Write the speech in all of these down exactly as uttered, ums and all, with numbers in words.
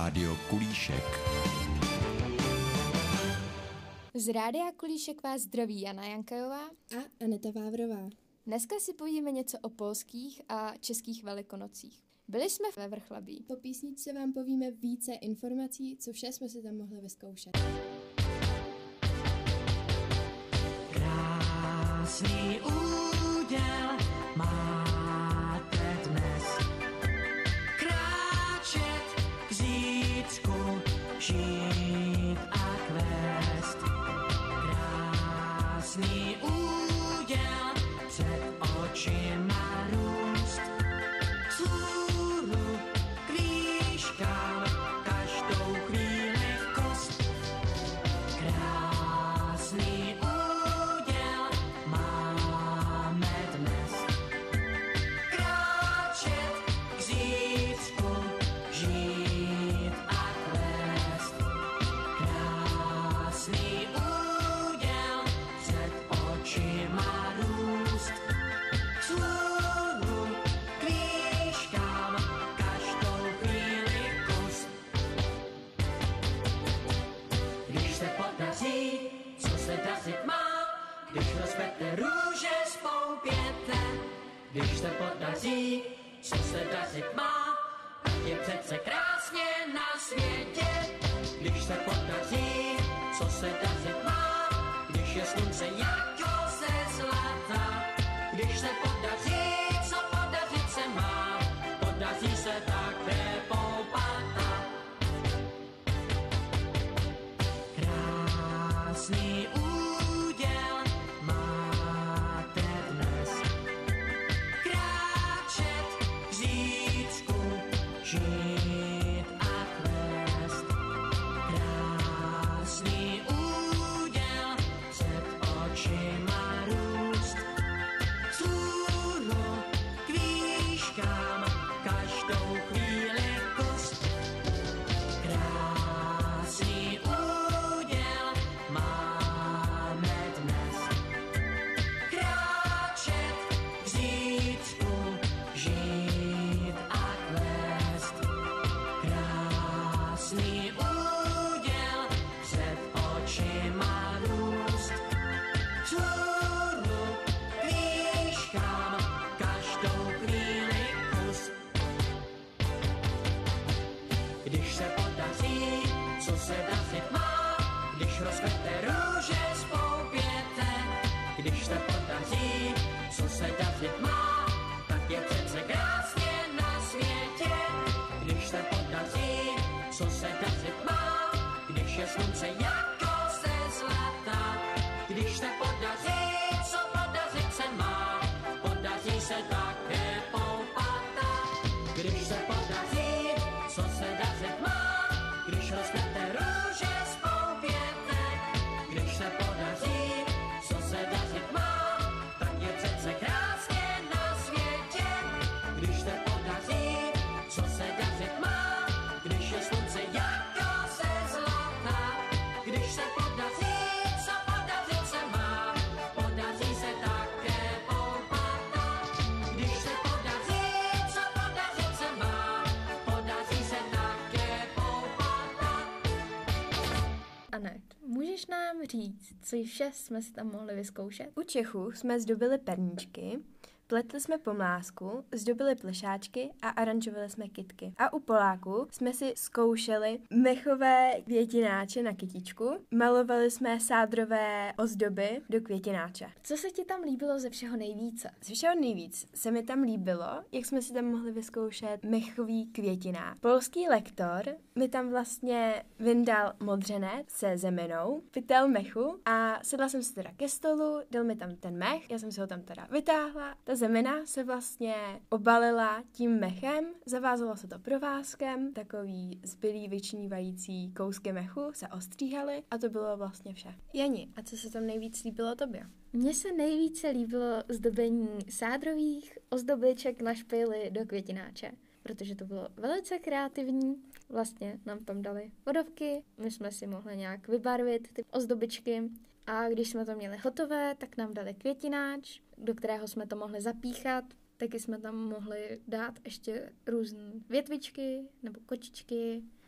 Rádio Kulíšek. Z Rádia Kulíšek vás zdraví Jana Jankajová a Aneta Vávrová. Dneska si povíme něco o polských a českých velikonocích. Byli jsme ve Vrchlabí. Po písničce vám povíme více informací, co vše jsme si tam mohli vyzkoušet. Krásný úděl máte dnes, kráčet k zítřku, žít a kvést. Krásný úděl před očima růst, vzhůru k výškám každou chvíli v kost. Krásný úděl máme dnes, kráčet k zítřku, žít a kvést. Krásný úděl před očima růst, vzhůru k výškám každou chvíli kus. Když se podaří, co se dařit má, když rozkvete růže spoupěte. Když se podaří, co se dařit má, tak je přece krásně na světě. Když se podaří, co se dařit má, když je slunce jako ze zlata. Když se podaří, co podařit se má, podaří se také poupata. Krásný úděl máte dnes, kráčet k zítřku, žít a kvést. Krásný úděl před očima růst, vzhůru k výškám každou chvíli kus. Krásný úděl máme dnes, kráčet k zítřku, žít a kvést. Krásný úděl před očima růst, vzhůru k výškám každou chvíli kus. Když se podaří, co se dařit má, když rozkvete růže spoupěte. Když se podaří, co se dařit má, tak je přece krásně na světě. Když se podaří, co se dařit má, když je slunce jako ze zlata. Když se podaří, co podařit se má, podaří se také poupata. Když se podaří, co se dařit má, když rozkvete růže spoupěte. Když se podaří, co se dařit má, tak je přece krásně na světě. Když se podaří, co se dařit má, když je slunce jako ze zlata. Když se podaří, co podařit se má, podaří se také poupata. Když se podaří, co podařit se má, podaří se také poupata. Anet, můžeš nám říct, co vše jsme si tam mohli vyzkoušet? U Čechů jsme zdobili perníčky, pletli jsme pomlásku, zdobili plešáčky a aranžovali jsme kytky. A u Poláků jsme si zkoušeli mechové květináče na kytičku, malovali jsme sádrové ozdoby do květináče. Co se ti tam líbilo ze všeho nejvíce? Ze všeho nejvíc se mi tam líbilo, jak jsme si tam mohli vyzkoušet mechový květináč. Polský lektor mi tam vlastně vyndal modřenec se zemenou, pytel mechu a sedla jsem si teda ke stolu, dal mi tam ten mech, já jsem si ho tam teda vytáhla. Ta zemena se vlastně obalila tím mechem, zavázalo se to provázkem, takový zbylý vyčnívající kousky mechu se ostříhaly a to bylo vlastně vše. Jani, a co se tam nejvíc líbilo tobě? Mně se nejvíce líbilo zdobení sádrových ozdobiček na špejli do květináče, protože to bylo velice kreativní. Vlastně nám tam dali vodovky, my jsme si mohli nějak vybarvit ty ozdobičky a když jsme to měli hotové, tak nám dali květináč, do kterého jsme to mohli zapíchat. Taky jsme tam mohli dát ještě různé větvičky nebo kočičky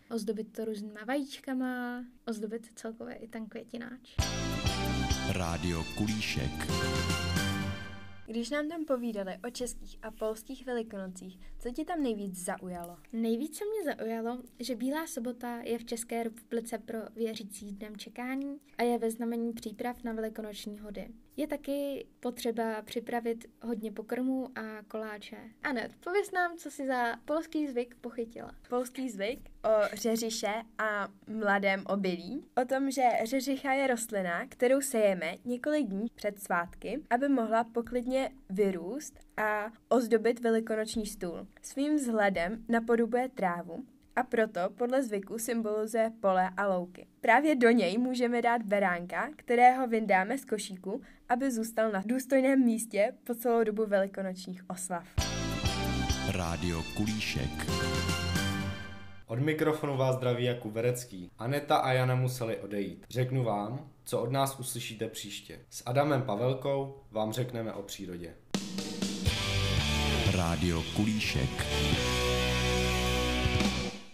ozdobit to různýma vajíčkama, ozdobit celkově i ten květináč. Rádio Kulíšek. Když nám tam povídali o českých a polských velikonocích, co ti tam nejvíc zaujalo? Nejvíce mě zaujalo, že Bílá sobota je v České republice pro věřící dnem čekání a je ve znamení příprav na velikonoční hody. Je taky potřeba připravit hodně pokrmů a koláče. Anet, pověz nám, co si za polský zvyk pochytila. Polský zvyk o řeřiše a mladém obilí, o tom, že řeřicha je rostlina, kterou sejeme několik dní před svátky, aby mohla poklidně vyrůst a ozdobit velikonoční stůl. Svým vzhledem napodobuje trávu a proto podle zvyku symbolizuje pole a louky. Právě do něj můžeme dát beránka, kterého vyndáme z košíku, aby zůstal na důstojném místě po celou dobu velikonočních oslav. Rádio Kulíšek. Od mikrofonu vás zdraví Jakub Verecký. Aneta a Jana museli odejít. Řeknu vám, co od nás uslyšíte příště. S Adamem Pavelkou vám řekneme o přírodě. Rádio Kulíšek.